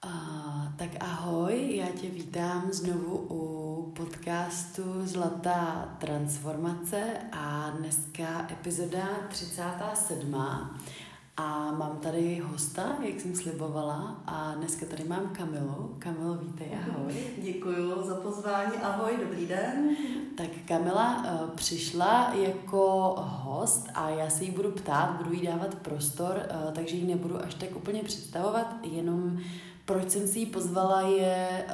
Tak ahoj, já tě vítám znovu u podcastu Zlatá transformace a dneska epizoda 37. A mám tady hosta, jak jsem slibovala, a dneska tady mám Kamilu. Kamilo, vítej, ahoj. Děkuju za pozvání, ahoj, dobrý den. Tak Kamila přišla jako host a já se jí budu ptát, budu jí dávat prostor, takže ji nebudu až tak úplně představovat, jenom proč jsem si ji pozvala je,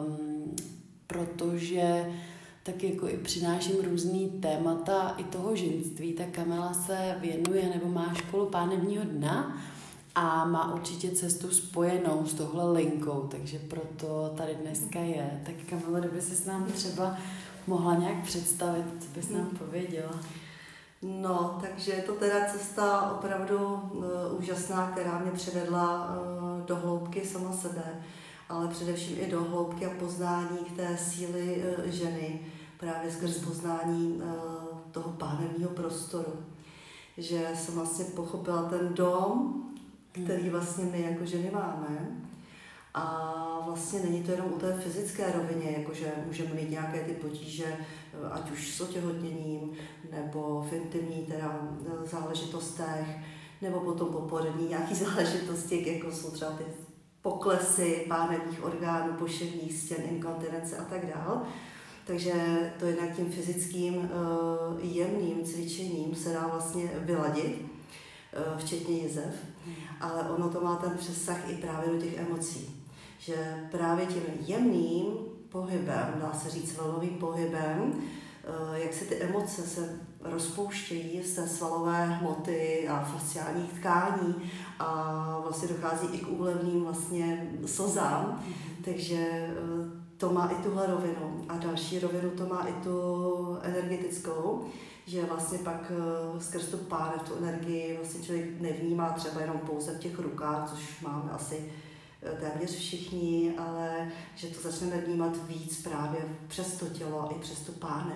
protože tak jako i přináším různý témata i toho ženství, tak Kamila se věnuje nebo má školu pánevního dna a má určitě cestu spojenou s tohle linkou, takže proto tady dneska je. Tak Kamila, kdyby se nám třeba mohla nějak představit, co bys nám pověděla? No, takže je to teda cesta opravdu úžasná, která mě přivedla do hloubky sama sebe, ale především i do hloubky a poznání k té síly ženy, právě skrz poznání toho pánevního prostoru. Že jsem vlastně pochopila ten dom, který vlastně my jako ženy máme. A vlastně není to jenom u té fyzické rovině, jakože můžeme mít nějaké ty potíže, ať už s otěhotněním, nebo v intimní teda záležitostech, nebo potom po porodní nějaký záležitosti, jako jsou třeba ty poklesy pánevních orgánů, poševních stěn, inkontinence a tak dále. Takže to jednak tím fyzickým jemným cvičením se dá vlastně vyladit, včetně jizev, ale ono to má ten přesah i právě do těch emocí. Že právě tím jemným pohybem, dá se říct vlnovým pohybem, jak se ty emoce se rozpouštějí z té svalové hmoty a fasciálních tkání a vlastně dochází i k úlevným vlastně slzám, takže to má i tuhle rovinu a další rovinu to má i tu energetickou, že vlastně pak skrz tu pánev, tu energii vlastně člověk nevnímá třeba jenom pouze v těch rukách, což máme asi téměř všichni, ale že to začneme vnímat víc právě přes to tělo i přes tu pánev.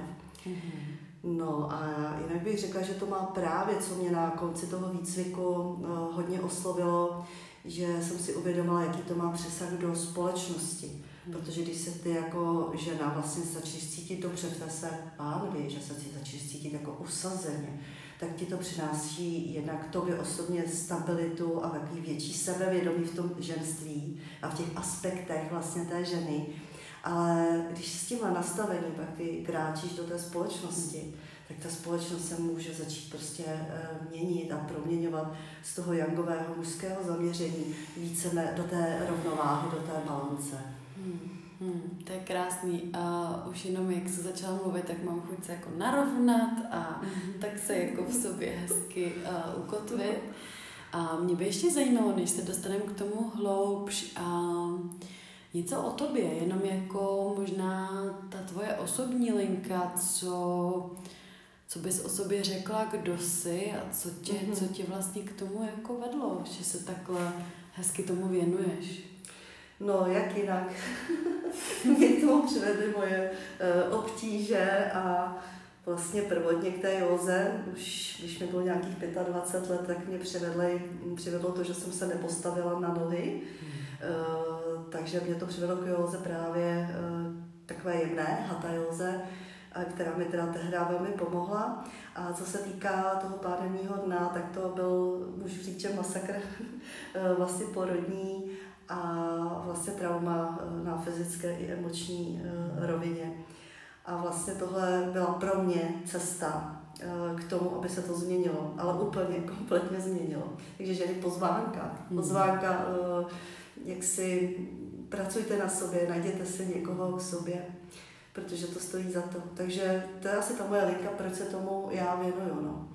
No a jinak bych řekla, že to má právě, co mě na konci toho výcviku hodně oslovilo, že jsem si uvědomila, jaký to má přesah do společnosti. Protože když se ty jako žena vlastně začneš cítit dobře v té své pánvi, že se začneš cítit jako usazeně, tak ti to přináší jednak tobě osobně stabilitu a takový větší sebevědomí v tom ženství a v těch aspektech vlastně té ženy. Ale když s tímhle nastavením pak ty kráčíš do té společnosti, tak ta společnost se může začít prostě měnit a proměňovat z toho jangového mužského zaměření více do té rovnováhy, do té balance. To je krásný. A už jenom jak se začala mluvit, tak mám chuť se jako narovnat a tak se jako v sobě hezky ukotvit. A mě by ještě zajímalo, než se dostaneme k tomu hloubš, něco o tobě, jenom jako možná ta tvoje osobní linka, co bys o sobě řekla, kdo jsi a co tě vlastně k tomu jako vedlo, že se takhle hezky tomu věnuješ. No, jak jinak. Mě k tomu přivedly moje obtíže a vlastně prvotně k té józe, už když mi bylo nějakých 25 let, tak mě přivedlo to, že jsem se nepostavila na nohy. Takže mě to přivedlo k józe právě takové jemné, hatha józe, která mi teda tehdy velmi pomohla. A co se týká toho pánevního dna, tak to byl, můžu říct, že masakr vlastně porodní a vlastně trauma na fyzické i emoční rovině. A vlastně tohle byla pro mě cesta k tomu, aby se to změnilo, ale úplně, kompletně změnilo. Takže ženy pozvánka, jak si pracujte na sobě, najděte si někoho k sobě, protože to stojí za to. Takže to je asi ta moje linka, proč se tomu já věnuju. No.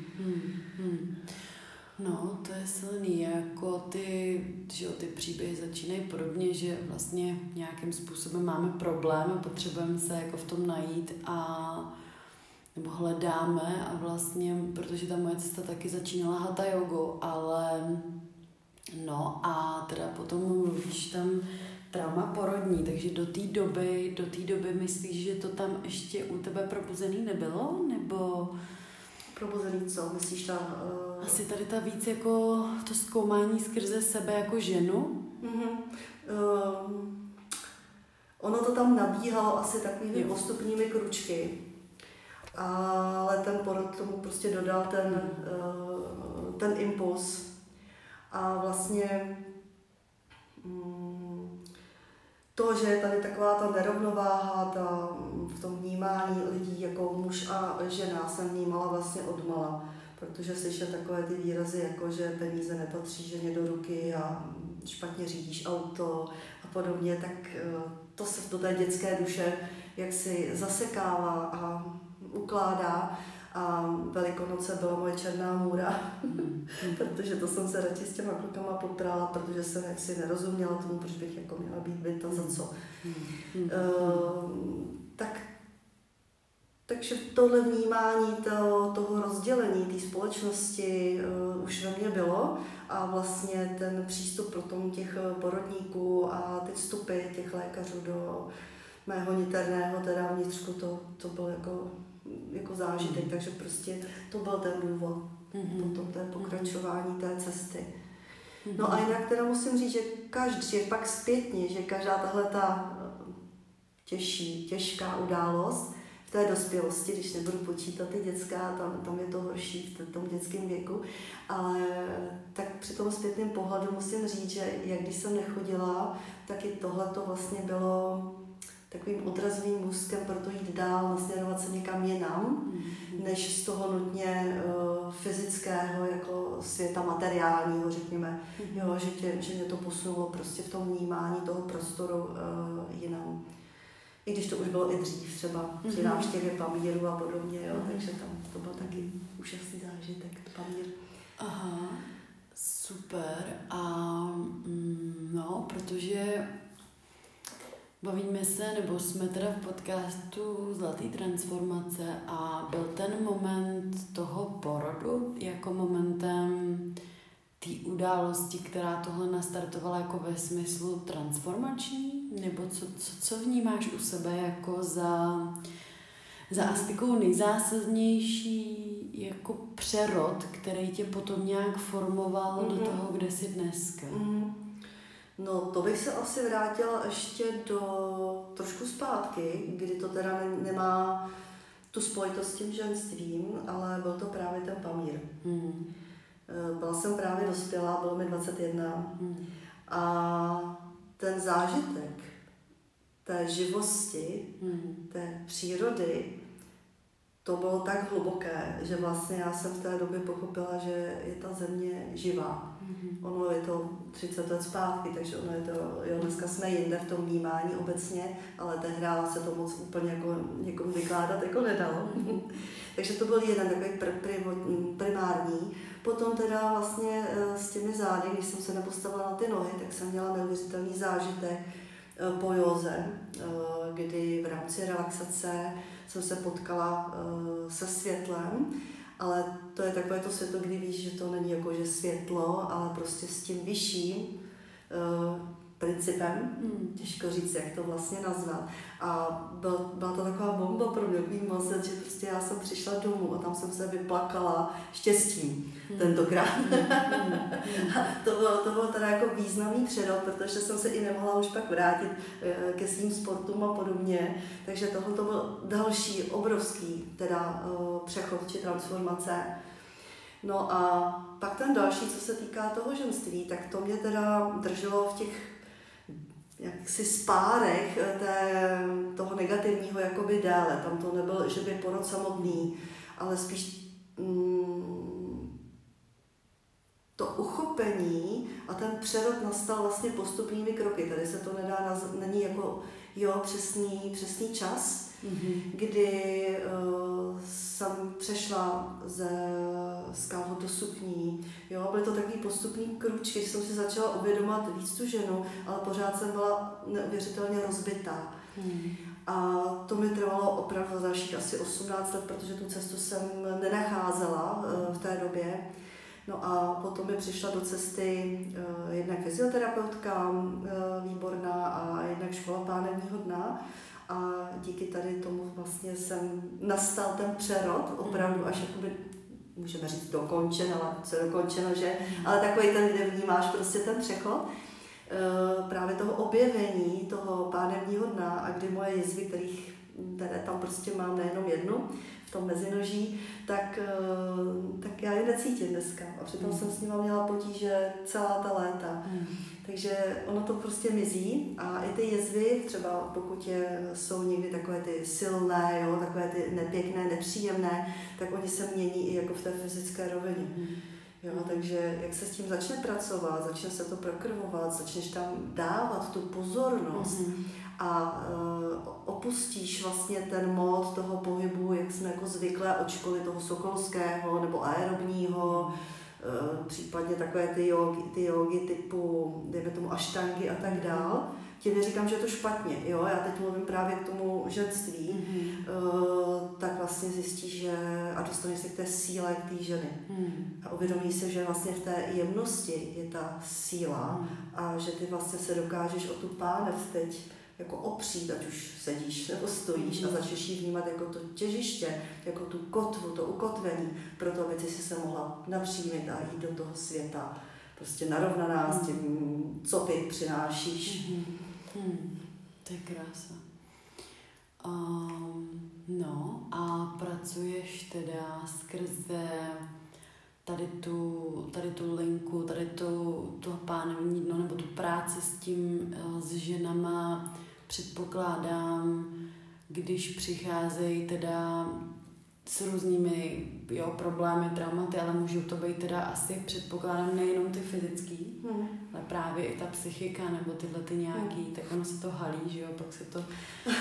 No, to je silný, jako ty příběhy začínají podobně, že vlastně nějakým způsobem máme problém a potřebujeme se jako v tom najít nebo hledáme a vlastně, protože ta moje cesta taky začínala hatha jogou, ale no a teda potom mluvíš tam trauma porodní, takže do té doby myslíš, že to tam ještě u tebe probuzený nebylo, nebo Probuzený co? Myslíš ta... Asi tady ta víc jako to zkoumání skrze sebe jako ženu, Ono to tam nabíhalo asi takovými postupnými kručky, ale ten porod tomu prostě dodal ten impuls. A vlastně to, že je tady taková ta nerovnováha v tom vnímání lidí jako muž a žena, jsem vnímala vlastně odmala, protože slyšet takové ty výrazy, jako že peníze nepatří ženě do ruky a špatně řídíš auto a podobně, tak to se do té dětské duše jaksi zasekává a ukládá. A Velikonoce byla moje černá můra, protože to jsem se radši s těma klukama poprala, protože jsem jaksi nerozuměla tomu, proč bych jako měla být byta za co. Takže tohle vnímání toho rozdělení té společnosti už ve mně bylo a vlastně ten přístup potom těch porodníků a ty vstupy těch lékařů do mého niterného teda vnitřku, to bylo jako zážitek, takže prostě to byl ten důvod potom té pokračování té cesty. No a jinak teda musím říct, že pak zpětně, že každá tahleta těžká událost v té dospělosti, když nebudu počítat ty dětská, tam je to horší v tom dětském věku, ale tak při tom zpětném pohledu musím říct, že jak když jsem nechodila, tak i tohleto vlastně bylo takovým odrazovým můstkem pro to jít dál, nasměrovat se někam jinam, než z toho nutně fyzického, jako světa materiálního, řekněme, že mě to posunulo prostě v tom vnímání toho prostoru jinam. I když to už bylo i dřív, třeba při návštěvě Pamíru a podobně, takže tam to byl taky úžasný zážitek, Pamír. Aha, super. A no, protože bavíme se, nebo jsme teda v podcastu Zlatý transformace a byl ten moment toho porodu jako momentem té události, která tohle nastartovala jako ve smyslu transformační? Nebo co vnímáš u sebe jako za asi takovou nejzásadnější jako přerod, který tě potom nějak formoval do toho, kde jsi dneska? No, to bych se asi vrátila ještě trošku zpátky, kdy to teda nemá tu spojitost s tím ženstvím, ale byl to právě ten Pamír. Byla jsem právě dospělá, bylo mi 21 a ten zážitek té živosti, té přírody, to bylo tak hluboké, že vlastně já jsem v té době pochopila, že je ta země živá. Ono je to 30 let zpátky, takže ono je to, dneska jsme jinde v tom vnímání obecně, ale tehdy se to moc úplně jako někomu vykládat jako nedalo. Takže to byl jeden takový primární. Potom teda vlastně s těmi zády, když jsem se nepostavila na ty nohy, tak jsem měla neuvěřitelný zážitek po józe, kdy v rámci relaxace jsem se potkala se světlem, ale to je takové to světlo, kdy víš, že to není jako že světlo, ale prostě s tím vyšším principem, těžko říct, jak to vlastně nazvat. A byla to taková bomba pro mě, takový mozek, že prostě já jsem přišla domů a tam jsem se vyplakala štěstím tentokrát. To bylo teda jako významný přerod, protože jsem se i nemohla už pak vrátit ke svým sportům a podobně. Takže tohle to byl další obrovský teda přechod či transformace. No a pak ten další, co se týká toho ženství, tak to mě teda drželo v těch jaksi spárech toho negativního jakoby déle. Tam to nebyl, že by porod samotný, ale spíš to uchopení a ten přerod nastal vlastně postupnými kroky. Tady se to není jako přesný čas, kdy jsem přešla z kalhot do sukní. Byly to takový postupný krůčky, že jsem si začala uvědomovat víc tu ženu, ale pořád jsem byla neuvěřitelně rozbitá. A to mi trvalo opravdu dalších asi 18 let, protože tu cestu jsem nenacházela v té době. No a potom mi přišla do cesty jednak fyzioterapeutka výborná a jednak škola pánevního dna. A díky tady tomu vlastně nastal ten přerod, opravdu až jakoby, můžeme říct dokončen, ale co je dokončeno, že? Ale takový ten, kde vnímáš prostě ten přechod. objevení toho pánevního dna a kdy moje jizvy, které tam prostě mám nejenom jednu, v tom mezinoží, tak já je necítím dneska. A přitom jsem s nima měla potíže celá ta léta. Takže ono to prostě mizí a i ty jizvy, třeba pokud jsou někdy takové ty silné, jo, takové ty nepěkné, nepříjemné, tak oni se mění i jako v té fyzické rovině. Jo, takže jak se s tím začne pracovat, začne se to prokrvovat, začneš tam dávat tu pozornost a opustíš vlastně ten mód toho pohybu, jak jsme jako zvyklé od školy toho sokolského nebo aerobního, případně takové ty jogy typu, dejme tomu aštangy a tak dál. Tím neříkám, že je to špatně, jo? Já teď mluvím právě k tomu ženství, tak vlastně zjistíš, že a dostaneš se k té síle, k té ženy. A uvědomíš se, že vlastně v té jemnosti je ta síla a že ty vlastně se dokážeš o tu pánev teď jako opřít, ať už sedíš nebo stojíš a začneš ji vnímat jako to těžiště, jako tu kotvu, to ukotvení, proto aby ty si se mohla napřímit a jít do toho světa. Prostě narovnaná s tím, co ty přinášíš. To je krása. No a pracuješ teda skrze tady tu linku, tady to pánevní dno, nebo tu práci s tím, s ženama, předpokládám, když přicházejí teda s různými problémy, traumaty, ale můžou to být teda asi, předpokládám, nejenom ty fyzický, ale právě i ta psychika, nebo tyhle ty nějaký, tak ono se to halí, že jo, pak se to...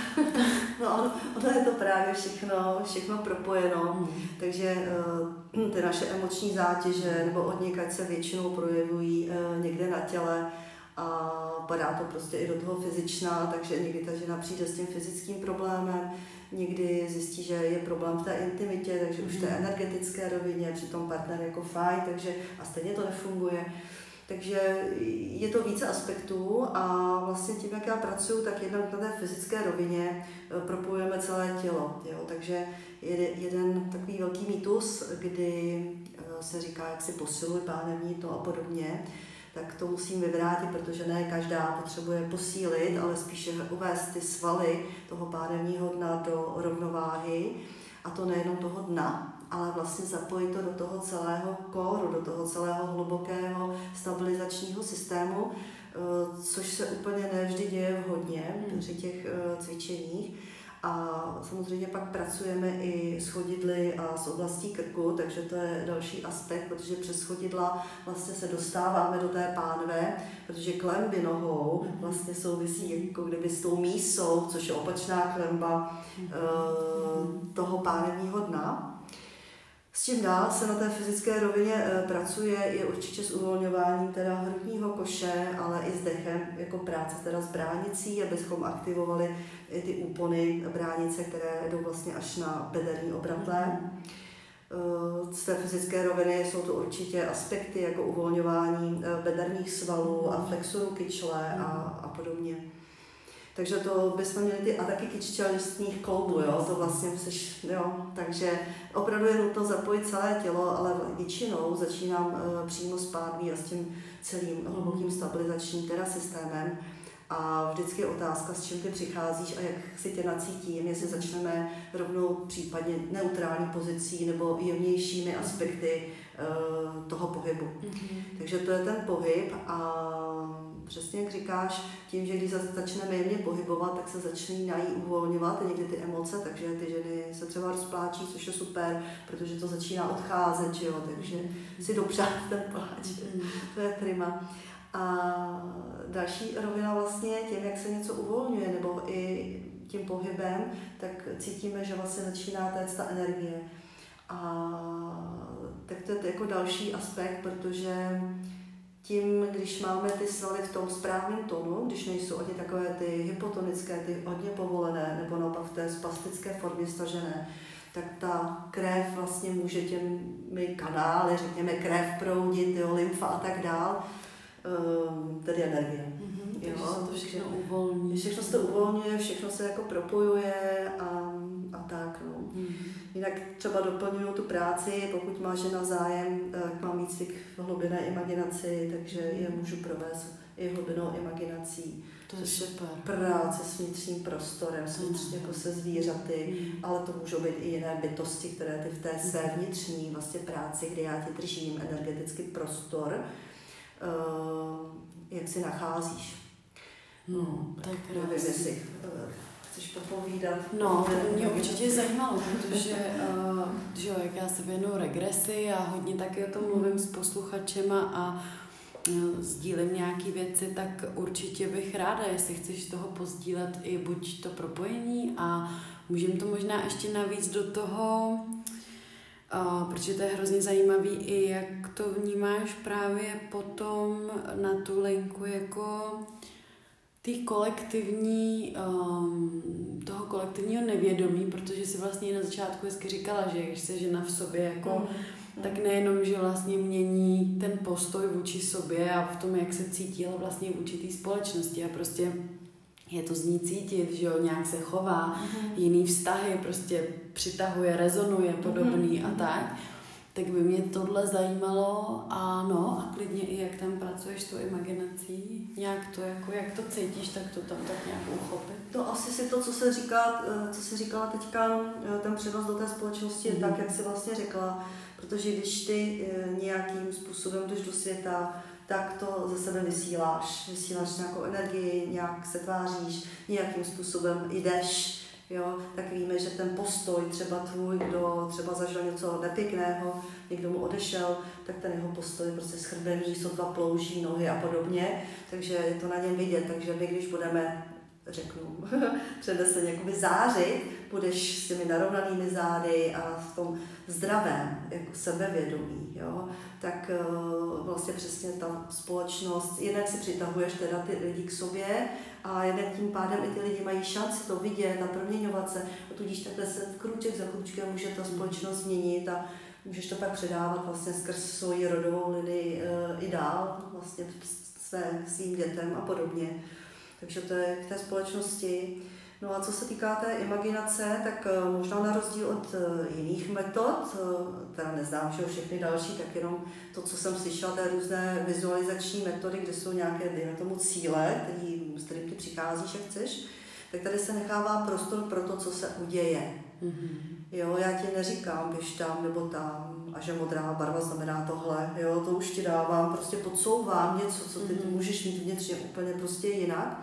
No, ono je to právě všechno propojeno, takže ty naše emoční zátěže nebo odněkaď se většinou projevují někde na těle a padá to prostě i do toho fyzična, takže někdy ta žena přijde s tím fyzickým problémem, někdy zjistí, že je problém v té intimitě, takže už v té energetické rovině, přitom partner jako fajn, takže a stejně to nefunguje. Takže je to více aspektů a vlastně tím, jak já pracuji, tak jednak na té fyzické rovině propojujeme celé tělo. Jo? Takže jeden takový velký mýtus, kdy se říká, jak si posiluj pánevní to a podobně, tak to musím vyvrátit, protože ne každá potřebuje posílit, ale spíše uvést ty svaly toho pánevního dna do rovnováhy, a to nejenom toho dna, ale vlastně zapojit to do toho celého kóru, do toho celého hlubokého stabilizačního systému, což se úplně nevždy děje vhodně při těch cvičeních. A samozřejmě pak pracujeme i s chodidly a s oblastí krku, takže to je další aspekt, protože přes chodidla vlastně se dostáváme do té pánve, protože klemby nohou vlastně souvisí jako kdyby s tou mísou, což je opačná klemba toho pánevního dna. S čím dál se na té fyzické rovině pracuje je určitě s uvolňováním teda hrudního koše, ale i s dechem, jako práce teda s bránicí, abychom aktivovali i ty úpony bránice, které jdou vlastně až na bederní obratlé. Z té fyzické roviny jsou to určitě aspekty jako uvolňování bederních svalů a flexorů kyčle a podobně. Takže to bychom měli ty ataky kyčelistních kloubů, jo, to vlastně seš, jo, takže opravdu je nutno zapojit celé tělo, ale většinou začínám přímo s pánví a s tím celým hlubokým stabilizačním teda systémem a vždycky je otázka, s čím ty přicházíš a jak si tě nacítím, jestli začneme rovnou případně neutrální pozicí nebo jemnějšími aspekty toho pohybu. Takže to je ten pohyb a přesně jak říkáš, tím, že když začneme jemně pohybovat, tak se začínají uvolňovat někdy ty emoce, takže ty ženy se třeba rozpláčí, což je super, protože to začíná odcházet, že jo, takže si dopřát ten pláč, to je prima. A další rovina vlastně tím, jak se něco uvolňuje, nebo i tím pohybem, tak cítíme, že vlastně začíná téct ta energie. A tak to je jako další aspekt, protože tím, když máme ty svaly v tom správném tonu, když nejsou ani takové ty hypotonické, ty hodně povolené, nebo naopak v té spastické formě stažené, tak ta krev vlastně může těmi kanály, řekněme krev proudit, jo, lymfa a tak dál, tedy energie. Takže se to všechno uvolní. Všechno se to uvolňuje, všechno se jako propojuje a tak. No. Jinak třeba doplňuju tu práci, pokud má žena zájem, mám výcvik v hlubinné imaginaci, takže je můžu provést i hlubinnou imaginací. To je super. Práce s vnitřním prostorem, s vnitřně jako se zvířaty, ale to můžou být i jiné bytosti, které ty v té své vnitřní vlastně práci, kdy já ti držím energetický prostor, jak si nacházíš. Tak nevím, jestli chceš popovídat. No, to mě určitě zajímalo, protože že jo, jak já se věnuju regresi a hodně taky o tom mluvím s posluchačema a sdílím nějaké věci, tak určitě bych ráda, jestli chceš toho pozdílet i buď to propojení a můžeme to možná ještě navíc do toho, protože to je hrozně zajímavý i jak to vnímáš právě potom na tu linku jako toho kolektivního nevědomí, protože si vlastně na začátku hezky říkala, že když se žena v sobě jako tak nejenom, že vlastně mění ten postoj vůči sobě a v tom, jak se cítí, ale vlastně vůči té společnosti a prostě je to z ní cítit, že jo, nějak se chová, jiný vztahy prostě přitahuje, rezonuje podobný a tak by mě tohle zajímalo a klidně i jak tam pracuješ s tou imaginací, nějak to jako, jak to cítíš, tak to tam tak nějak uchopit. To asi si to, co se říkala teďka, ten přenos do té společnosti je tak, jak jsi vlastně řekla, protože když ty nějakým způsobem jdeš do světa, tak to ze sebe vysíláš nějakou energii, nějak se tváříš, nějakým způsobem jdeš, jo, tak víme, že ten postoj třeba tvůj, kdo třeba zažil něco nepěkného, někdo mu odešel, tak ten jeho postoj je prostě schrbený, sotva plouží nohy a podobně, takže je to na něm vidět, takže my, když budeme, řeknu, předeseně jakoby zářit, budeš s těmi narovnanými zády a v tom zdravém, jako sebevědomí, jo, tak vlastně přesně ta společnost, jednak si přitahuješ teda ty lidi k sobě a jednak tím pádem i ty lidi mají šanci to vidět a proměňovat se a tudíž takhle se krůček za krůčkem může ta společnost změnit a můžeš to pak předávat vlastně skrz svoji rodovou linii i dál, vlastně svým dětem a podobně. Takže to je k té společnosti. No a co se týká té imaginace, tak možná na rozdíl od jiných metod, teda neznám, že všechny další, tak jenom to, co jsem slyšela, té různé vizualizační metody, kde jsou nějaké, dejme tomu, cíle, s kterým ty přicházíš, jak chceš, tak tady se nechává prostor pro to, co se uděje. Jo, já ti neříkám, běž tam nebo tam a že modrá barva znamená tohle, jo, to už ti dávám, prostě podsouvám něco, co ty můžeš mít vnitřně úplně prostě jinak.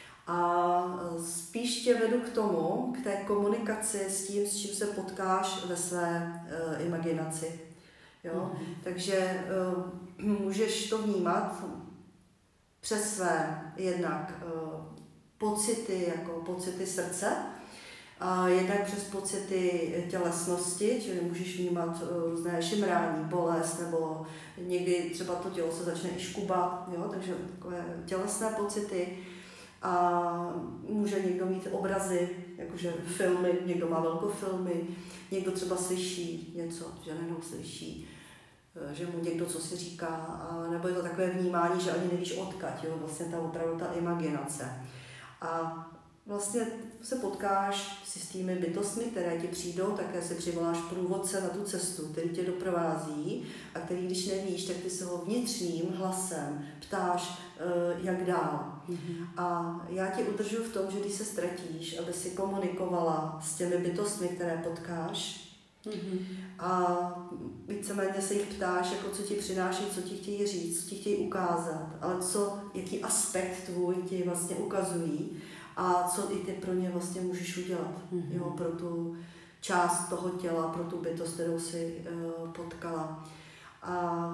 A spíš tě vedu k tomu, k té komunikaci s tím, s čím se potkáš ve své imaginaci. Jo? Takže můžeš to vnímat přes své jednak pocity, jako pocity srdce, a jednak přes pocity tělesnosti, čili můžeš vnímat různé šimrání, bolest, nebo někdy třeba to tělo se začne i škubat, jo? Takže takové tělesné pocity. A může někdo mít obrazy, jakože filmy, někdo má velkofilmy, někdo třeba slyší něco, že nejenom slyší, že mu někdo co si říká, a nebo je to takové vnímání, že ani nevíš odkud, jo? Vlastně ta opravdu ta imaginace. A vlastně se potkáš s tými bytostmi, které ti přijdou, také si přivoláš průvodce na tu cestu, který tě doprovází a který, když nevíš, tak ty se ho vnitřním hlasem ptáš, jak dál. A já tě udržuji v tom, že když se ztratíš, aby si komunikovala s těmi bytostmi, které potkáš, a víceméně se jich ptáš, jako co ti přináší, co ti chtějí říct, co ti chtějí ukázat, ale jaký aspekt tvůj ti vlastně ukazují, a co i ty pro ně vlastně můžeš udělat, jo, pro tu část toho těla, pro tu bytost, kterou si potkala. A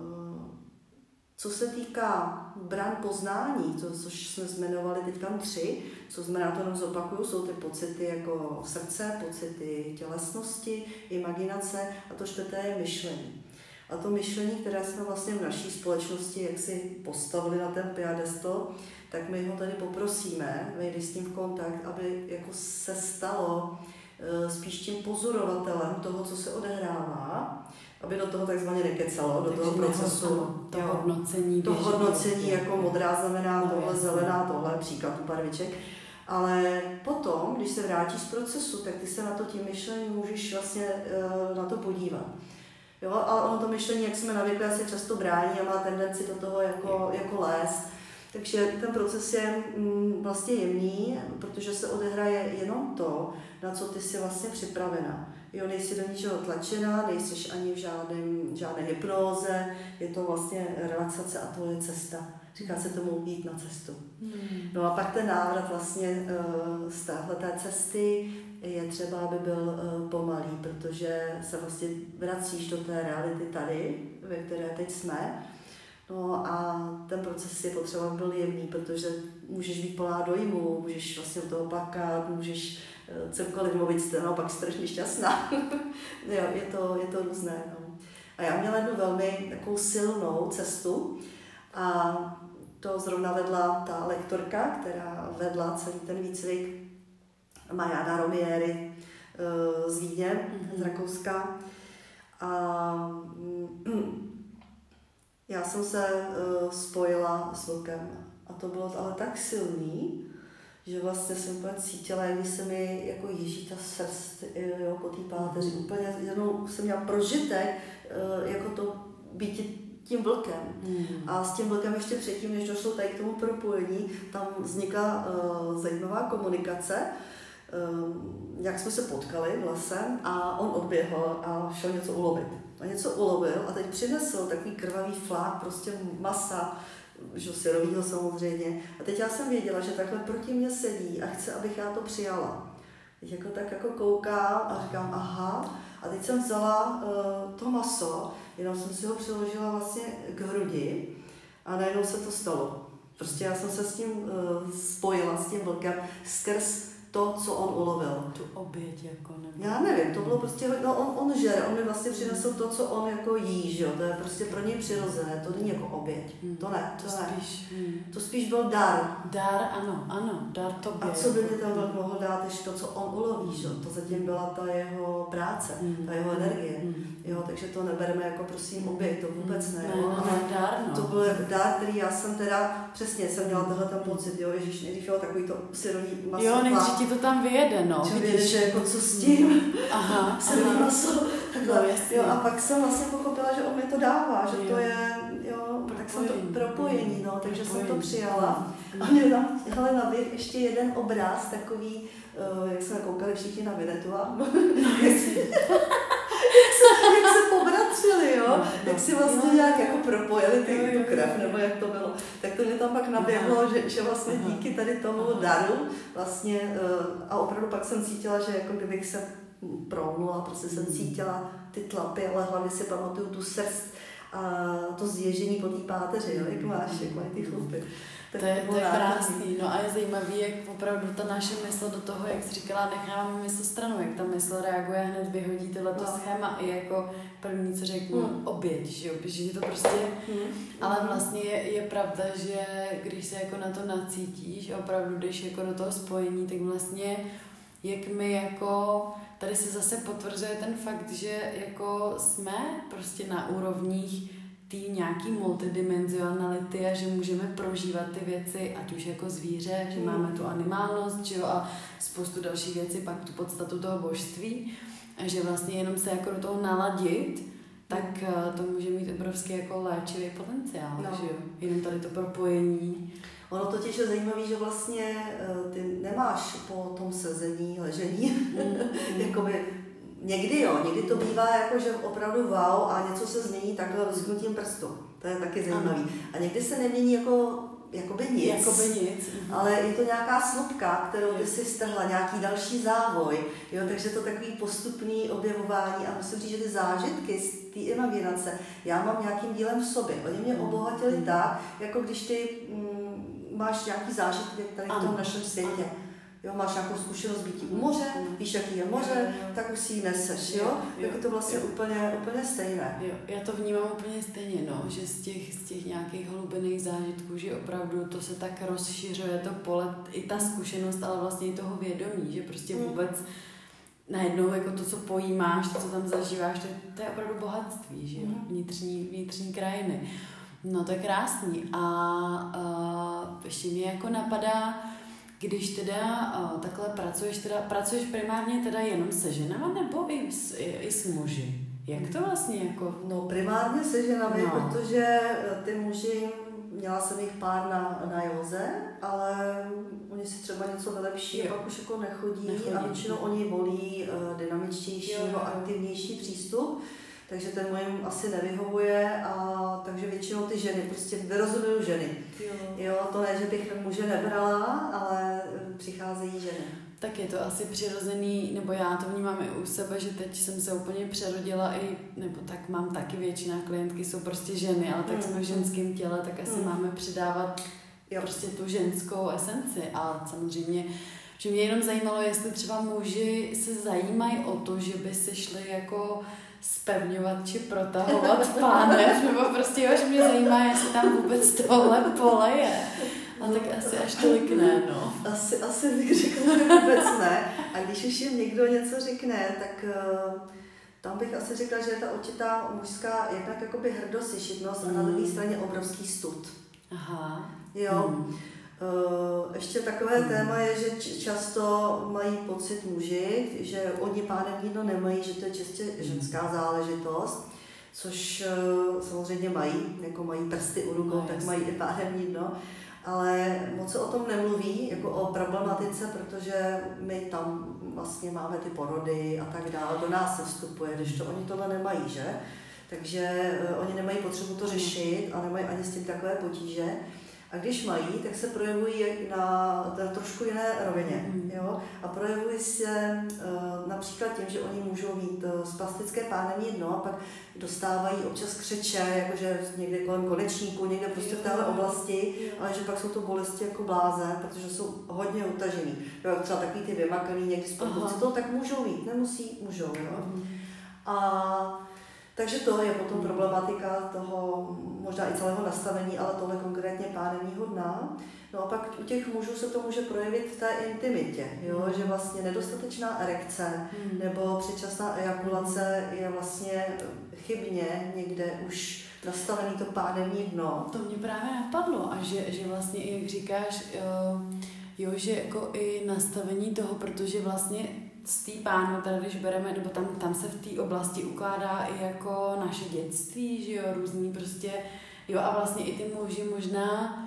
co se týká bran poznání, což jsme jmenovali teď 3, co znamená, to jenom zopakuju, jsou ty pocity jako srdce, pocity tělesnosti, imaginace a to 4. je myšlení. A to myšlení, které jsme vlastně v naší společnosti jaksi postavili na ten piedestal, tak my ho tady poprosíme, vejdi s tím v kontakt, aby jako se stalo spíš tím pozorovatelem toho, co se odehrává, aby do toho takzvaně nekecalo, do toho procesu. To hodnocení jako modrá znamená tohle, zelená, tohle, příklad u barviček. Ale potom, když se vrátíš z procesu, tak ty se na to tím myšlením můžeš vlastně na to podívat. Jo, ale ono to myšlení, jak jsme navykli, se často brání a má tendenci do toho jako lézt. Takže ten proces je vlastně jemný, protože se odehraje jenom to, na co ty jsi vlastně připravena. Jo, nejsi do ničeho tlačená, nejsi ani v žádné hypnóze, je to vlastně relaxace a to je cesta. Říká se tomu jít na cestu. No a pak ten návrat vlastně z téhleté cesty je třeba, aby byl pomalý, protože se vlastně vracíš do té reality tady, ve které teď jsme. No a ten proces je potřeba, aby byl jemný, protože můžeš být plná dojmu, můžeš vlastně od toho plakat, můžeš cokoliv mluvit, jste naopak strašně šťastná. Jo, je to různé. No. A já měla jednu velmi takovou silnou cestu a to zrovna vedla ta lektorka, která vedla celý ten výcvik, Mariana Romieri z Vídně, z Rakouska. A já jsem se spojila s vlkem a to bylo ale tak silný, že vlastně jsem úplně cítila, jak se mi jako ježí ta srst jo, po té páteři. Úplně jednou jsem měla prožitek, jako to být tím vlkem. A s tím vlkem ještě předtím, než došlo tady k tomu propojení, tam vznikla zajímavá komunikace. Jak jsme se potkali v lese a on odběhl a šel něco ulovit. A něco ulovil a teď přinesl takový krvavý flák prostě masa, že syrovýho samozřejmě. A teď já jsem věděla, že takhle proti mě sedí a chce, abych já to přijala. Teď jako tak jako koukám a říkám aha. A teď jsem vzala to maso, jenom jsem si ho přiložila vlastně k hrudi a najednou se to stalo. Prostě já jsem se s tím spojila, s tím vlkem, skrz to, co on ulovil. Tu oběť jako nebo... Já nevím, to bylo prostě, no on žere, on mi vlastně přinesl to, co on jako jí, že jo, to je prostě pro něj přirozené, to není jako oběť, to ne, to spíš, to spíš byl dar. Dar, ano, dar tobě. A co by mi tam mohl dát, ještě to, co on uloví, že jo, to zatím byla ta jeho práce, ta jeho energie, jo, takže to nebereme jako prosím oběť, to vůbec ne, dar, no. To byl dar, který já jsem teda, přesně jsem měla tohle ten pocit, jo, ježiš, nejdřív jo, takový to syrový maso. Jo, nejdřív ti to tam vyjede, no. Vidíš, jako co s tím, Aha. maso, takhle. Jo, a pak jsem vlastně pochopila, že on mi to dává, že to je, jo, tak jsem to propojení, no, takže jsem to přijala. A mě tam, hele, naběh ještě jeden obraz, takový, jak jsme koukali všichni na Vinetu a jak se pobratřili, jo, jak si vlastně nějak jako propojili tu krev, nebo jak to bylo. Tak to mě tam pak naběhlo, že vlastně díky tady tomu daru vlastně, a opravdu pak jsem cítila, že jako kdybych se prounula, prostě jsem cítila ty tlapy, ale hlavně si pamatuju tu srst a to zježení po té páteři, jo, jak máš ty chlupy. To je krásný, no a je zajímavý, jak opravdu ta naše mysl do toho, jak jsi říkala, necháváme mysl stranou, jak ta mysl reaguje, hned vyhodí tohleto schéma i jako první, co řeknu, oběť, že jo, že je to prostě, ale vlastně je pravda, že když se jako na to nacítíš, opravdu jdeš jako do toho spojení, tak vlastně jak my jako, tady se zase potvrzuje ten fakt, že jako jsme prostě na úrovních té nějaký multidimenzionality a že můžeme prožívat ty věci, ať už jako zvíře, že máme tu animálnost, že jo, a spoustu dalších věcí, pak tu podstatu toho božství a že vlastně jenom se jako do toho naladit, tak to může mít obrovský jako léčivý potenciál, že jo, jenom tady to propojení. Ono totiž je zajímavé, že vlastně ty nemáš po tom sezení, ležení, jakoby někdy to bývá jako, že opravdu wow a něco se změní takhle rozknutím prstu. To je taky zajímavý. A někdy se nemění jakoby nic. Ale je to nějaká slupka, kterou ty si strhla, nějaký další závoj. Jo, takže to takový postupný objevování a musím říct, že ty zážitky z té imaginace já mám nějakým dílem v sobě. Oni mě obohatili tak, jako když ty máš nějaký zážitky tady v tom našem světě. Jo, máš nějakou zkušenost bytí u moře, víš, jaký je moře, tak už si ji neseš, jo? Tak je to vlastně úplně stejné. Jo, já to vnímám úplně stejně, no, že z těch nějakých hlubinných zážitků, že opravdu to se tak rozšiřuje to pole, i ta zkušenost, ale vlastně i toho vědomí, že prostě vůbec najednou jako to, co pojímáš, to, co tam zažíváš, to je opravdu bohatství, že jo? Vnitřní krajiny. No to je krásný a ještě mě jako napadá, když teda takhle pracuješ primárně teda jenom se ženama nebo i s muži? Jak to vlastně jako? No primárně se ženami, protože ty muži měla jsem jich pár na józe, ale oni si třeba něco vylepší a pak už jako nechodí a většinou oni volí dynamičtější nebo aktivnější přístup. Takže ten můj asi nevyhovuje a takže většinou ty ženy, prostě vyrozuměju ženy. Jo, to ne, že bych muže nebrala, ale přicházejí ženy. Tak je to asi přirozený, nebo já to vnímám i u sebe, že teď jsem se úplně přerodila nebo tak mám taky většina klientky jsou prostě ženy, ale tak jsme v ženském těle, tak asi máme přidávat prostě tu ženskou esenci. A samozřejmě, že mě jenom zajímalo, jestli třeba muži se zajímají o to, že by se šli jako spevňovat či protahovat pánev, nebo prostě jo, že mě zajímá, jestli tam vůbec tohle pole je. A tak asi až tolik ne, no. Asi bych řekla, že vůbec ne. A když už jim někdo něco řekne, tak tam bych asi řekla, že je ta určitá mužská jednak jakoby hrdost, ješitnost a na druhé straně obrovský stud. Aha. Jo. Ještě takové téma je, že často mají pocit muži, že oni pánevní dno nemají, že to je čistě ženská záležitost, což samozřejmě mají, jako mají prsty u rukou, tak mají i pánevní dno, ale moc se o tom nemluví, jako o problematice, protože my tam vlastně máme ty porody a tak dále, do nás se vstupuje, když to oni tohle nemají, že? Takže oni nemají potřebu to řešit a nemají ani s tím takové potíže. A když mají, tak se projevují na trošku jiné rovině. Jo? A projevují se například tím, že oni můžou mít spastické pánevní dno a pak dostávají občas křeče, jakože někde kolem konečníku, někde prostě v téhle oblasti, ale že pak jsou to bolesti jako blázen, protože jsou hodně utažený. Jo, třeba takový ty vymakaný někdy sportovci to tak můžou mít, nemusí, můžou. Jo? A takže to je potom problematika toho možná i celého nastavení, ale tohle konkrétně pánevního dna. No a pak u těch mužů se to může projevit v té intimitě, jo? Že vlastně nedostatečná erekce nebo předčasná ejakulace je vlastně chybně někde už nastavený to pánevní dno. To mě právě napadlo a že vlastně i jak říkáš, jo, že jako i nastavení toho, protože vlastně z té pánve, teda když bereme, nebo tam se v té oblasti ukládá i jako naše dětství, že jo, různý prostě, jo a vlastně i ty muži možná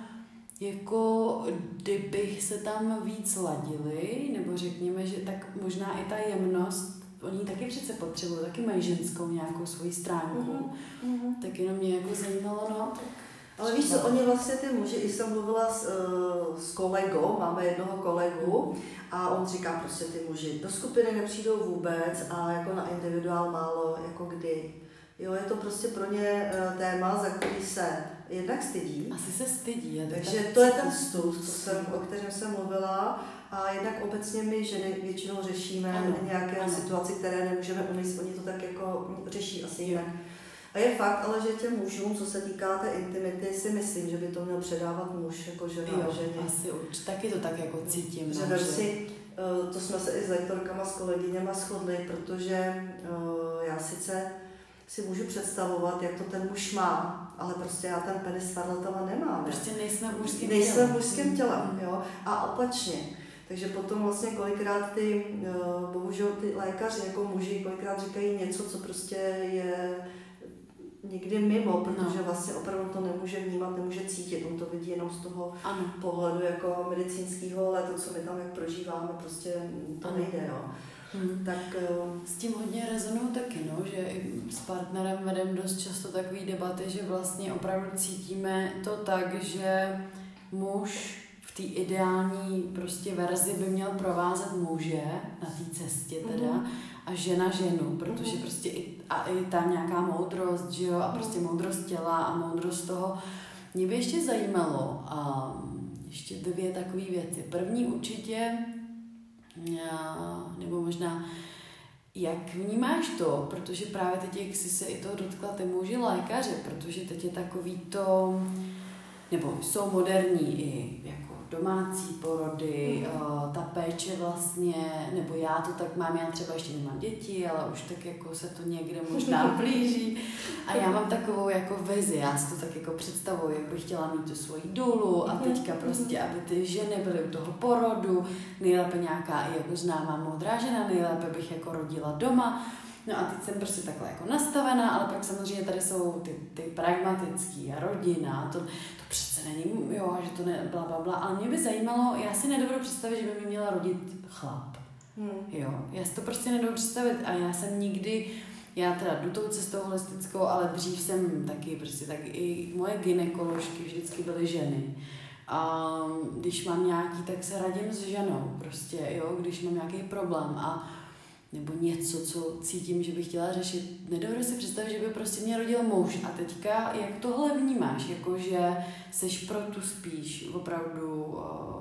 jako kdybych se tam víc ladili, nebo řekněme, že tak možná i ta jemnost, oni taky přece potřebují, taky mají ženskou nějakou svoji stránku, tak jenom mě jako zajímalo, no. Ale víš co, oni vlastně ty muži, i jsem mluvila s kolegou, máme jednoho kolegu a on říká prostě ty muži do skupiny nepřijdou vůbec a jako na individuál málo, jako kdy. Jo, je to prostě pro ně téma, za který se jednak stydí. Asi se stydí. Takže to je ten stud, o kterém jsem mluvila. A jednak obecně my ženy většinou řešíme nějaké situaci, které nemůžeme umyslet, oni to tak jako řeší asi jinak. A je fakt, ale že těm mužům, co se týká té intimity, si myslím, že by to měl předávat muž jako žena a ženě. Asi určitě, taky to tak jako cítím. Že si, to jsme se i s lektorkama, s kolegyněma shodli, protože já sice si můžu představovat, jak to ten muž má, ale prostě já ten penis Farlatova nemám. Prostě nejsme v mužském těle. Jo? A opačně. Takže potom vlastně kolikrát bohužel ty lékaři jako muži kolikrát říkají něco, co prostě je někdy mimo, protože vlastně opravdu to nemůže vnímat, nemůže cítit, on to vidí jenom z toho pohledu jako medicínského, ale to, co my tam jak prožíváme, prostě to nejde, jo. Tak s tím hodně rezonuju taky, no, že s partnerem vedem dost často takové debaty, že vlastně opravdu cítíme to tak, že muž v té ideální prostě verzi by měl provázet muže na té cestě teda a žena ženu, protože prostě i ta nějaká moudrost, že jo, a prostě moudrost těla a moudrost toho. Mě by ještě zajímalo ještě 2 takové věci. První určitě, nebo možná, jak vnímáš to, protože právě teď, jak jsi se i toho dotkla, ty muži lékaři, protože teď je takový to, nebo jsou moderní i jako domácí porody, ta péče vlastně, nebo já to tak mám, já třeba ještě nemám děti, ale už tak jako se to někde možná blíží a já mám takovou jako vizi, já si to tak jako představuji, jak bych chtěla mít tu svoji důlu a teďka prostě, aby ty ženy byly u toho porodu, nejlépe nějaká i jako známá moudrá žena, nejlépe bych jako rodila doma No a teď jsem prostě takhle jako nastavená, ale pak samozřejmě tady jsou ty pragmatický a rodina, to přece není, jo, že to ne, blablabla, ale mě by zajímalo, já si nedovedu představit, že by mi měla rodit chlap. Jo, já si to prostě nedovedu představit a já jsem nikdy, já teda jdu tou cestou holistickou, ale dřív jsem taky prostě, tak i moje gynekoložky vždycky byly ženy. A když mám nějaký, tak se radím s ženou prostě, jo, když mám nějaký problém a nebo něco, co cítím, že bych chtěla řešit. Nedovedu si představit, že by prostě mě rodil muž. A teďka, jak tohle vnímáš? Jakože seš pro tu spíš opravdu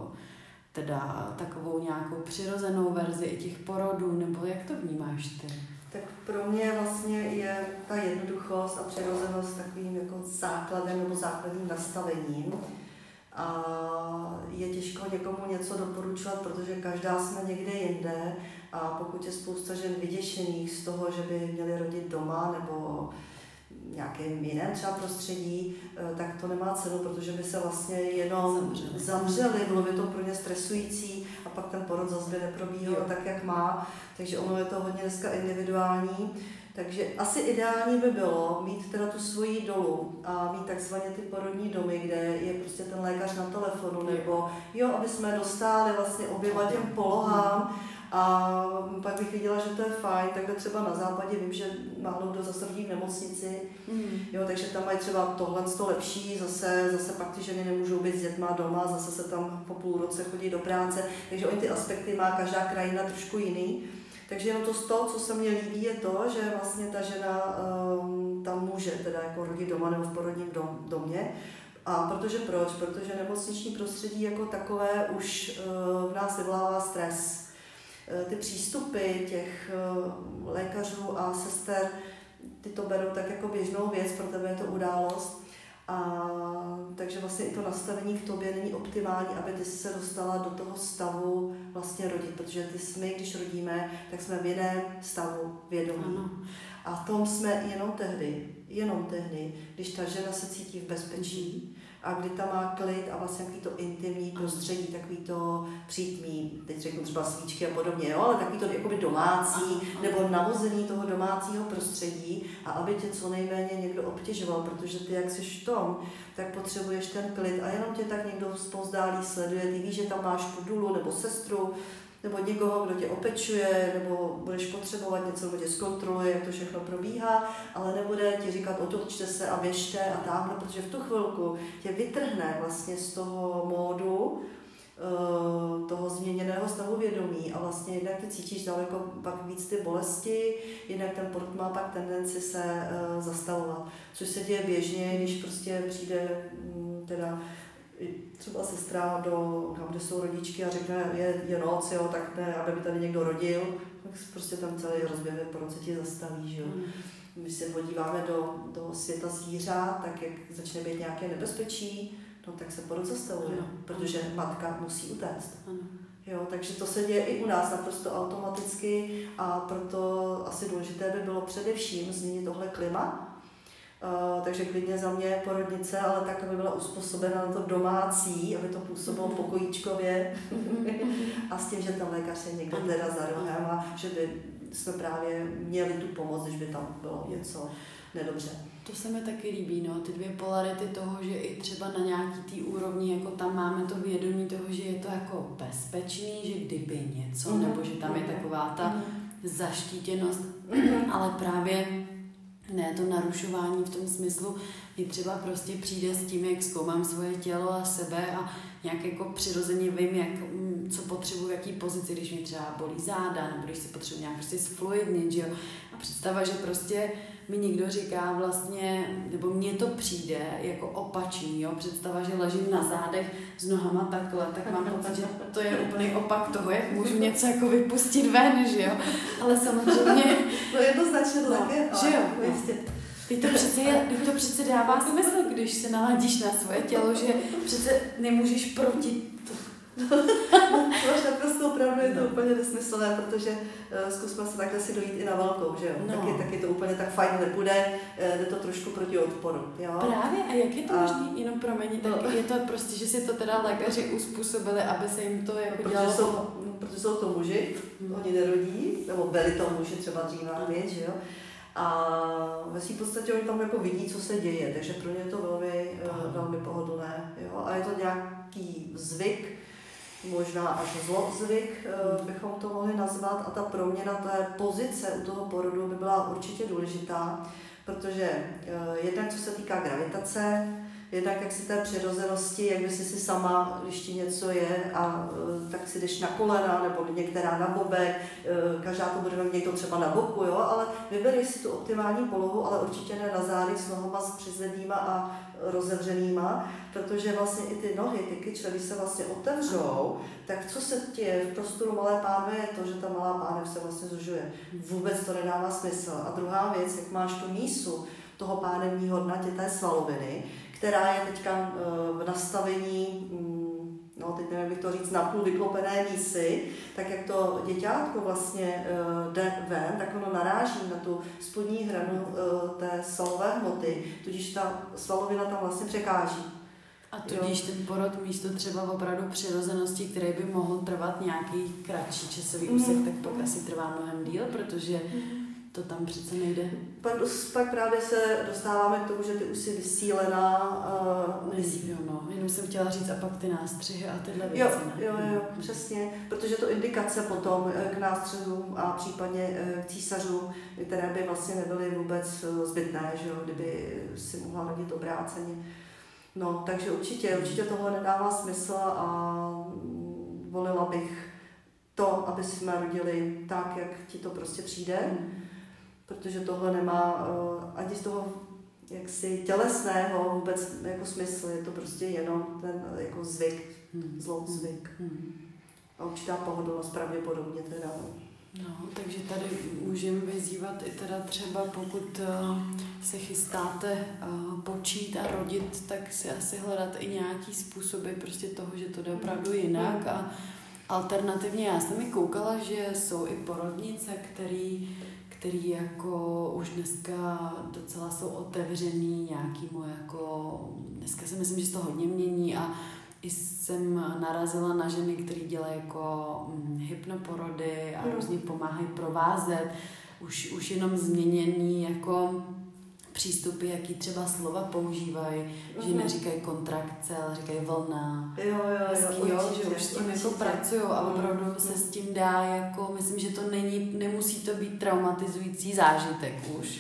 teda takovou nějakou přirozenou verzi i těch porodů, nebo jak to vnímáš ty? Tak pro mě vlastně je ta jednoduchost a přirozenost takovým jako základem nebo základním nastavením. A je těžko někomu něco doporučovat, protože každá jsme někde jinde a pokud je spousta žen vyděšených z toho, že by měly rodit doma nebo nějakém jiném třeba prostředí, tak to nemá cenu, protože by se vlastně jenom zavřeli, bylo by to pro ně stresující a pak ten porod zase by neprobíhal tak, jak má, takže ono je to hodně dneska individuální. Takže asi ideální by bylo mít teda tu svoji dolu a mít takzvaně ty porodní domy, kde je prostě ten lékař na telefonu, nebo jo, aby jsme dostali vlastně oběma těm polohám a pak bych viděla, že to je fajn, takhle třeba na západě vím, že málo kdo zase rodí v nemocnici, jo, takže tam mají třeba tohle lepší, zase pak ty ženy nemůžou být s dětma doma, zase se tam po půl roce chodí do práce, takže oni ty aspekty má každá krajina trošku jiný. Takže jenom to, co se mně líbí, je to, že vlastně ta žena tam může teda jako rodit doma nebo v porodním domě. A protože proč? Protože nemocniční prostředí jako takové už v nás vyvolává stres. Ty přístupy těch lékařů a sester, ty to berou tak jako běžnou věc, pro tebe je to událost. A takže vlastně i to nastavení k tobě není optimální, aby ty se dostala do toho stavu vlastně rodit, protože my, když rodíme, tak jsme v jiném stavu vědomí. Ano. A v tom jsme jenom tehdy, když ta žena se cítí v bezpečí a kdy tam má klid a vlastně takový to intimní prostředí, takový to přítmí, teď řeknu třeba svíčky a podobně, jo, ale takový to jakoby domácí nebo navození toho domácího prostředí a aby tě co nejméně někdo obtěžoval, protože ty, jak jsi v tom, tak potřebuješ ten klid a jenom tě tak někdo zpozdálí sleduje, ty víš, že tam máš tu dulu nebo sestru, nebo někoho, kdo tě opečuje, nebo budeš potřebovat něco, kdo tě zkontroluje, jak to všechno probíhá, ale nebude ti říkat otočte se a běžte a tamhle, protože v tu chvilku tě vytrhne vlastně z toho módu, toho změněného stavu vědomí a vlastně jednak ty cítíš daleko pak víc ty bolesti, jednak ten porod má pak tendenci se zastavovat, což se děje běžně, když prostě přijde teda třeba sestra kde jsou rodičky a řekne, je noc, jo, tak ne, aby mi tady někdo rodil, tak prostě tam celý rozběh po roce ti zastaví, že jo. Když se podíváme do světa zvířat, tak jak začne být nějaké nebezpečí, no tak se porod zastavuje, protože matka musí utéct. Jo, takže to se děje i u nás naprosto automaticky a proto asi důležité by bylo především změnit tohle klima. Takže klidně za mě porodnice, ale tak, aby byla uspůsobena na to domácí, aby to působilo pokojíčkově a s tím, že ten lékař je někde teda za rohem a že by jsme právě měli tu pomoc, když by tam bylo něco nedobře. To se mi taky líbí, no, ty dvě polarity toho, že i třeba na nějaký tý úrovni, jako tam máme to vědomí toho, že je to jako bezpečný, že kdyby něco, nebo že tam je taková ta zaštítěnost, ale právě ne to narušování v tom smyslu, kdy třeba prostě přijde s tím, jak zkoumám svoje tělo a sebe a nějak jako přirozeně vím, co potřebuji, v jaký pozici, když mi třeba bolí záda, nebo když se potřebuji nějak prostě sfluidnit, že jo. A představa, že prostě mi někdo říká vlastně, nebo mně to přijde jako opačný, jo. Představa, že ležím na zádech s nohama takhle, tak mám pocit, že to je úplný opak toho, jak můžu něco jako vypustit ven, že jo. Ale samozřejmě... No jednoznačně to tak je, že jo. Teď to přece dává smysl, když se naladíš na svoje tělo, že přece nemůžeš proti to. Máš naprosto pravdu, je to úplně nesmyslné, protože zkusme se takhle si dojít i na velkou, že jo? No. Taky to úplně tak fajn nepůjde, jde to trošku proti odporu, jo? Právě, a jak je to možný, jenom promiň, tak je to prostě, že si to teda lékaři uspůsobili, aby se jim to jako dělalo... Protože jsou to muži, oni nerodí, nebo byli to muži třeba dřív na věc, že jo? A ve svým podstatě oni tam jako vidí, co se děje, takže pro ně je to velmi pohodlné, jo? A je to nějaký zvyk, možná až zlozvyk bychom to mohli nazvat, a ta proměna té pozice u toho porodu by byla určitě důležitá, protože jednak co se týká gravitace, jednak jak si té přirozenosti, jak by si sama, když ti něco je, a tak si jdeš na kolena, nebo některá na bobek, každá to bude mít to třeba na boku, jo, ale vybereš si tu optimální polohu, ale určitě ne na zádech s nohama přizvednýma a rozevřenýma, protože vlastně i ty nohy, ty kyčle, když se vlastně otevřou, tak co se děje v prostoru malé pánve je to, že ta malá pánev se vlastně zužuje. Vůbec to nedává smysl. A druhá věc, jak máš tu mísu toho pánevního dna, té svaloviny, která je teďka v nastavení, no teď nevím, jak bych to říct, napůl vyklopené mísy, tak jak to děťátko vlastně jde ven, tak ono naráží na tu spodní hranu té svalové hmoty, tudíž ta svalovina tam vlastně překáží. A tudíž ten porod místo třeba opravdu přirozenosti, který by mohl trvat nějaký kratší časový úsek, tak pak asi trvá mnohem díl, protože to tam přece nejde. Pak právě se dostáváme k tomu, že ty už jsi vysílená. No, jenom jsem chtěla říct, a pak ty nástřihy a tyhle věci. Jo, přesně, protože to indikace potom k nástřihům a případně k císařům, které by vlastně nebyly vůbec zbytné, že jo, kdyby si mohla rodit obráceně. No, takže určitě tohle nedává smysl a volila bych to, aby jsme rodili tak, jak ti to prostě přijde. Protože tohle nemá ani z toho jaksi tělesného vůbec jako smysl, je to prostě jenom ten jako zvyk, zlozvyk. A určitá pohodlnost pravděpodobně teda. No, takže tady můžeme vyzývat i teda třeba, pokud se chystáte počít a rodit, tak si asi hledat i nějaký způsoby prostě toho, že to jde opravdu jinak. A alternativně já jsem i koukala, že jsou i porodnice, který jako už dneska docela jsou otevřený nějakému jako, dneska si myslím, že se to hodně mění, a i jsem narazila na ženy, které dělají jako hypnoporody a různě pomáhají provázet, už jenom změněný jako přístupy, jaký třeba slova používají, že neříkají kontrakce, ale říkají vlna. Že už s tím jako pracují a opravdu se s tím dá jako, myslím, že to nemusí to být traumatizující zážitek už.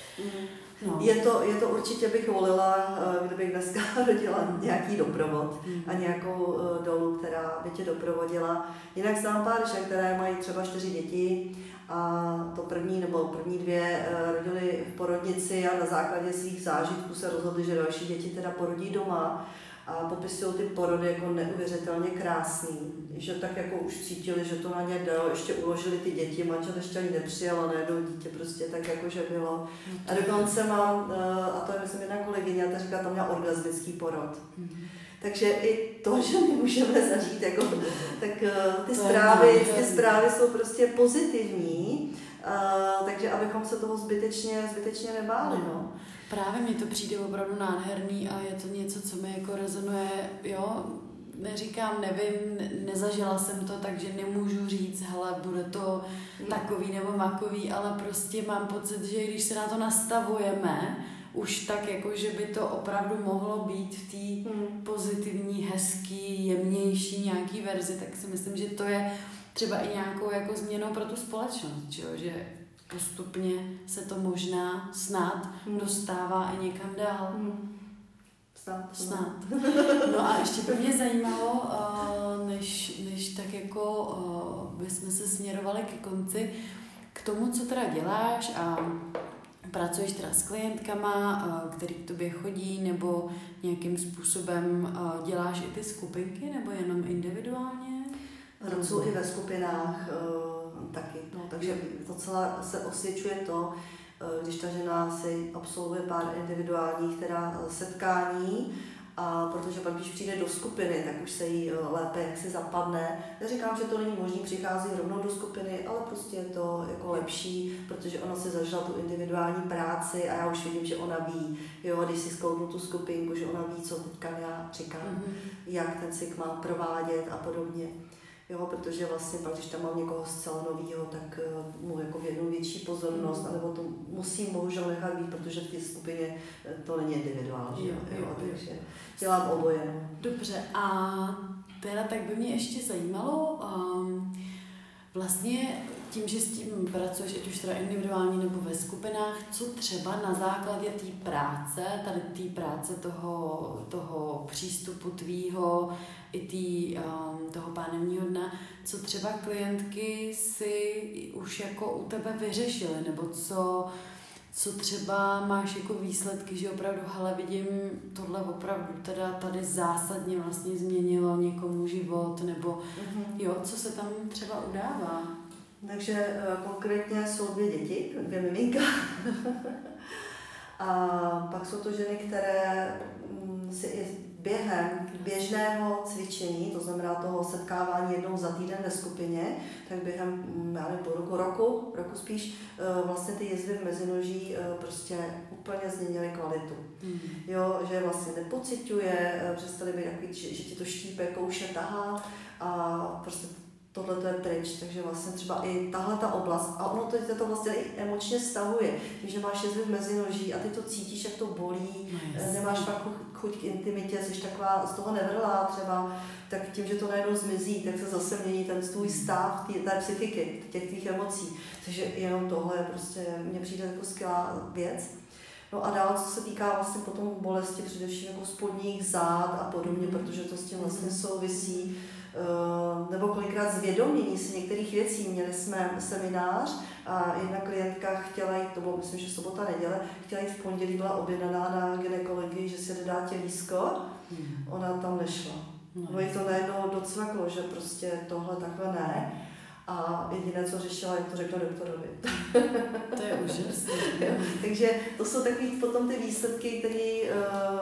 No. Je to určitě bych volila, kdybych dneska rodila nějaký doprovod a nějakou dolu, která by tě doprovodila. Jinak znám pár žen, které mají třeba 4 děti a to první dvě rodily v porodnici a na základě svých zážitků se rozhodly, že další děti teda porodí doma a popisují ty porody jako neuvěřitelně krásný, že tak jako už cítili, že to na ně dalo, ještě uložili ty děti, manžel ještě ani nepřijel a najednou dítě prostě tak jako, že bylo. A dokonce mám, a to je myslím jedna kolegyně, ta říká, tam měla orgasmický porod. Takže i to, že my můžeme zažít, jako, tak ty zprávy jsou prostě pozitivní, takže abychom se toho zbytečně nebáli. No. Právě mi to přijde opravdu nádherný a je to něco, co mi jako rezonuje, jo, neříkám, nevím, nezažila jsem to, takže nemůžu říct, hele, bude to takový nebo makový, ale prostě mám pocit, že když se na to nastavujeme, už tak jako, že by to opravdu mohlo být v té pozitivní, hezký, jemnější nějaký verzi, tak si myslím, že to je třeba i nějakou jako změnou pro tu společnost, že postupně se to možná snad dostává i někam dál. Snad. No a ještě by mě zajímalo, než tak jako bychom se směrovali ke konci, k tomu, co teda děláš a pracuješ teda s klientkama, který k tobě chodí, nebo nějakým způsobem děláš i ty skupinky, nebo jenom individuálně? Pracuji i ve skupinách taky, no, takže docela se osvědčuje to, když ta žena si absolvuje pár individuálních teda setkání A protože pak, když přijde do skupiny, tak už se jí lépe jaksi zapadne. Neříkám, že to není možné, přichází rovnou do skupiny, ale prostě je to jako lepší, protože ona si zažila tu individuální práci a já už vidím, že ona ví, jo, když si skloubnu tu skupinku, že ona ví, co teďka já říkám, jak ten cykl má provádět a podobně. Jo, protože vlastně pak, když tam mám někoho zcela novýho, tak mu jako věnu větší pozornost, anebo to musím bohužel nechat být, protože v té skupině to není individuální, takže dělám oboje. Dobře, a teda tak by mě ještě zajímalo, vlastně tím, že s tím pracuješ, ať už teda individuálně nebo ve skupinách, co třeba na základě té práce, tady té práce toho přístupu tvýho i toho pánevního dne, co třeba klientky si už jako u tebe vyřešily, nebo co třeba máš jako výsledky, že opravdu, hele, vidím, tohle opravdu teda tady zásadně vlastně změnilo někomu život, nebo jo, co se tam třeba udává? Takže konkrétně jsou 2 děti, 2 miminka. A pak jsou to ženy, které si i během běžného cvičení, to znamená toho setkávání jednou za týden ve skupině, tak během, já nevím, po roku spíš, vlastně ty jezdy v mezinoží prostě úplně změnily kvalitu. Jo, že vlastně nepociťuje, přestali být takový, že ti to štípe, kouše, tahá a prostě tohle to je pryč, takže vlastně třeba i tahle ta oblast, a ono to vlastně i emočně stahuje, že máš jezvy v mezinoží a ty to cítíš, jak to bolí, nemáš pak chuť k intimitě, jsi taková z toho nevrlá třeba, tak tím, že to najednou zmizí, tak se zase mění ten tvůj stav té psychiky, těch tvých emocí. Takže jenom tohle prostě mně přijde jako skvělá věc. No a dál, co se týká vlastně potom bolesti, především jako spodních zád a podobně, protože to s tím vlastně souvisí, nebo kolikrát zvědomění si některých věcí. Měli jsme seminář a jedna klientka chtěla jít, to bylo myslím, že sobota, neděle, chtěla jít v pondělí, byla objednaná na gynekologii, že si dá tělísko, ona tam nešla. No jí to najednou docvaklo, že prostě tohle takhle ne. A jediné, co řešila, jak to řekla doktorovi. To je úžasné. Takže to jsou takový potom ty výsledky, které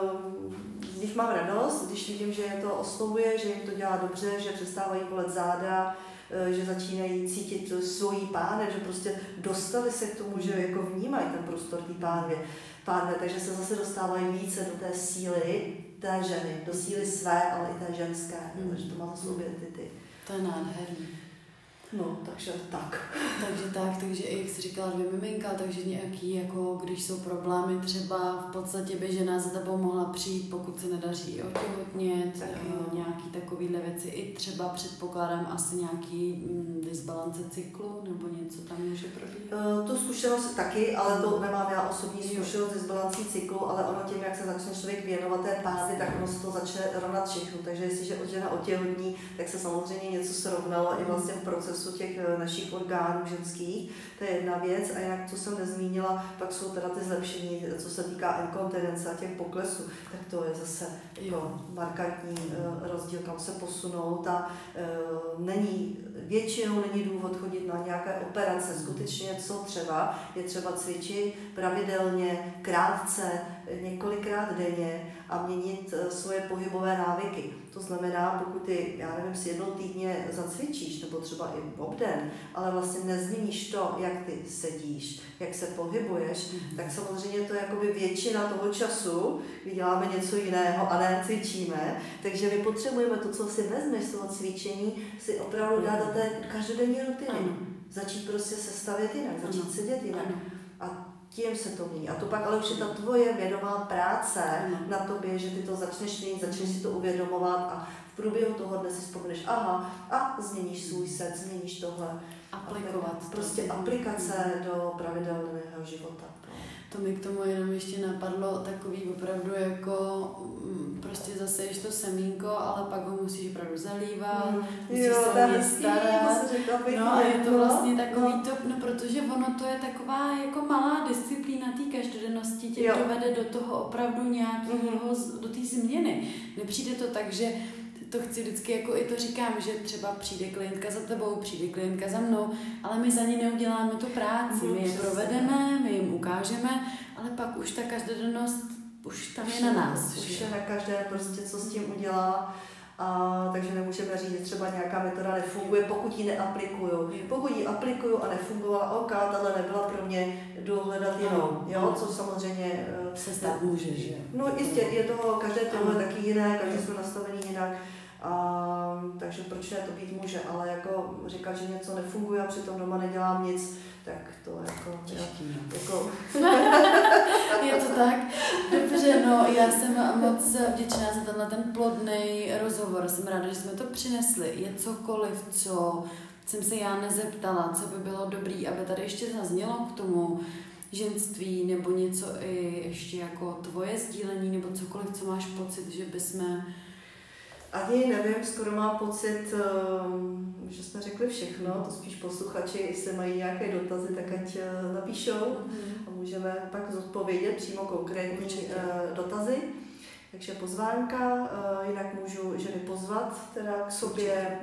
z nich mám radost, když vidím, že je to oslovuje, že jim to dělá dobře, že přestávají bolet záda, že začínají cítit svoji pánve, že prostě dostali se k tomu, že jako vnímají ten prostor té pánve, takže se zase dostávají více do té síly té ženy, do síly své, ale i té ženské, takže to má zase obě ty. To je nádherný. No, takže tak. Takže i jak jsi říkala 2 miminka, takže nějaký, jako když jsou problémy, třeba v podstatě by žena za tebou mohla přijít, pokud se nedaří otěhotnět, nějaký takovýhle věci, i třeba předpokládám asi nějaký disbalance cyklu, nebo něco tam může probíhat? Tu zkušenost taky, ale to nemám já osobní zkušenost disbalancí cyklu, ale ono tím, jak se začne člověk věnovat té pázi, tak ono se to začne rovnat všechno, takže jestliže žena otěhotní, tak se samozřejmě něco srovnalo i vlastně v procesu těch našich orgánů ženských, to je jedna věc a jinak, co jsem nezmínila, pak jsou teda ty zlepšení, co se týká inkontinence a těch poklesů, tak to je zase jako markantní rozdíl, kam se posunout a většinou není důvod chodit na nějaké operace, skutečně co třeba, je třeba cvičit pravidelně, krátce, několikrát denně a měnit svoje pohybové návyky. To znamená, pokud ty, já nevím, si jednou týdně zacvičíš, nebo třeba i obden, ale vlastně nezměníš to, jak ty sedíš, jak se pohybuješ, tak samozřejmě to je jakoby většina toho času, kdy děláme něco jiného a ne cvičíme. Takže my potřebujeme to, co si vezmeš z toho cvičení, si opravdu dát do té každodenní rutiny. Začít prostě se stavět jinak, začít sedět jinak. A tím se to mění. A to pak ale už je ta tvoje vědomá práce na tobě, že ty to začneš měnit, začneš si to uvědomovat a v průběhu toho dne si vzpomeneš, a změníš svůj set, změníš tohle. Aplikovat. Prostě aplikace do pravidelného života. To mi k tomu jenom ještě napadlo takový opravdu jako prostě zaseješ to semínko, ale pak ho musíš opravdu zalívat, musíš se o něj starat. No a je to vlastně takový to, no protože ono to je taková jako malá disciplína té každodennosti, tě dovede do toho opravdu nějakého, do té změny. Nepřijde to tak, že to chci vždycky, jako i to říkám, že třeba přijde klientka za tebou, přijde klientka za mnou, ale my za ní neuděláme tu práci, my je provedeme, my jim ukážeme, ale pak už ta každodennost už tam je na nás. Už je na každé prostě, co s tím udělá. Takže nemůžeme říct, že třeba nějaká metoda nefunguje, pokud ji neaplikuju. Pokud ji aplikuju a nefungovala, OK, tahle nebyla pro mě, jdu hledat jinou, jo, co samozřejmě se stát může, že? No jistě, je toho, každé téma je taky jiné, každý jsme nastavení jinak, takže proč ne, to být může, ale jako říkat, že něco nefunguje a přitom doma nedělám nic, tak to jako... Je to tak? Dobře, no já jsem moc vděčná za ten plodný rozhovor, jsem ráda, že jsme to přinesli. Je cokoliv, co jsem se já nezeptala, co by bylo dobrý, aby tady ještě zaznělo k tomu ženství, nebo něco i ještě jako tvoje sdílení, nebo cokoliv, co máš pocit, že bychom... Ani nevím, skoro mám pocit, že jsme řekli všechno, to spíš posluchači, jestli mají nějaké dotazy, tak ať napíšou a můžeme pak zodpovědět přímo konkrétní dotazy. Takže pozvánka, jinak můžu ženy pozvat teda k sobě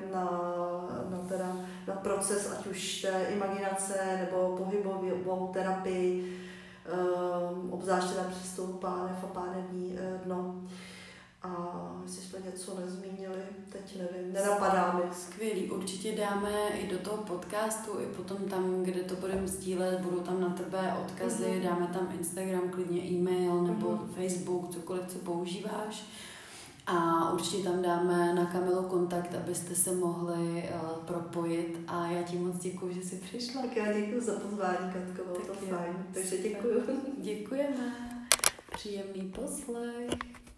na proces, ať už té imaginace nebo pohybovou terapii, obzvlášť teda přes tou pánev a pánevní dno. A jestli jsme něco nezmínili, teď nevím, nenapadá mi. Skvělý, určitě dáme i do toho podcastu, i potom tam, kde to budeme sdílet, budou tam na tebe odkazy, dáme tam Instagram, klidně e-mail nebo Facebook, cokoliv, co používáš. A určitě tam dáme na Kamilu kontakt, abyste se mohli propojit a já ti moc děkuju, že jsi přišla. Tak já děkuju za pozvání, Katko, bylo to fajn, takže děkuju. Děkujeme. Příjemný poslech.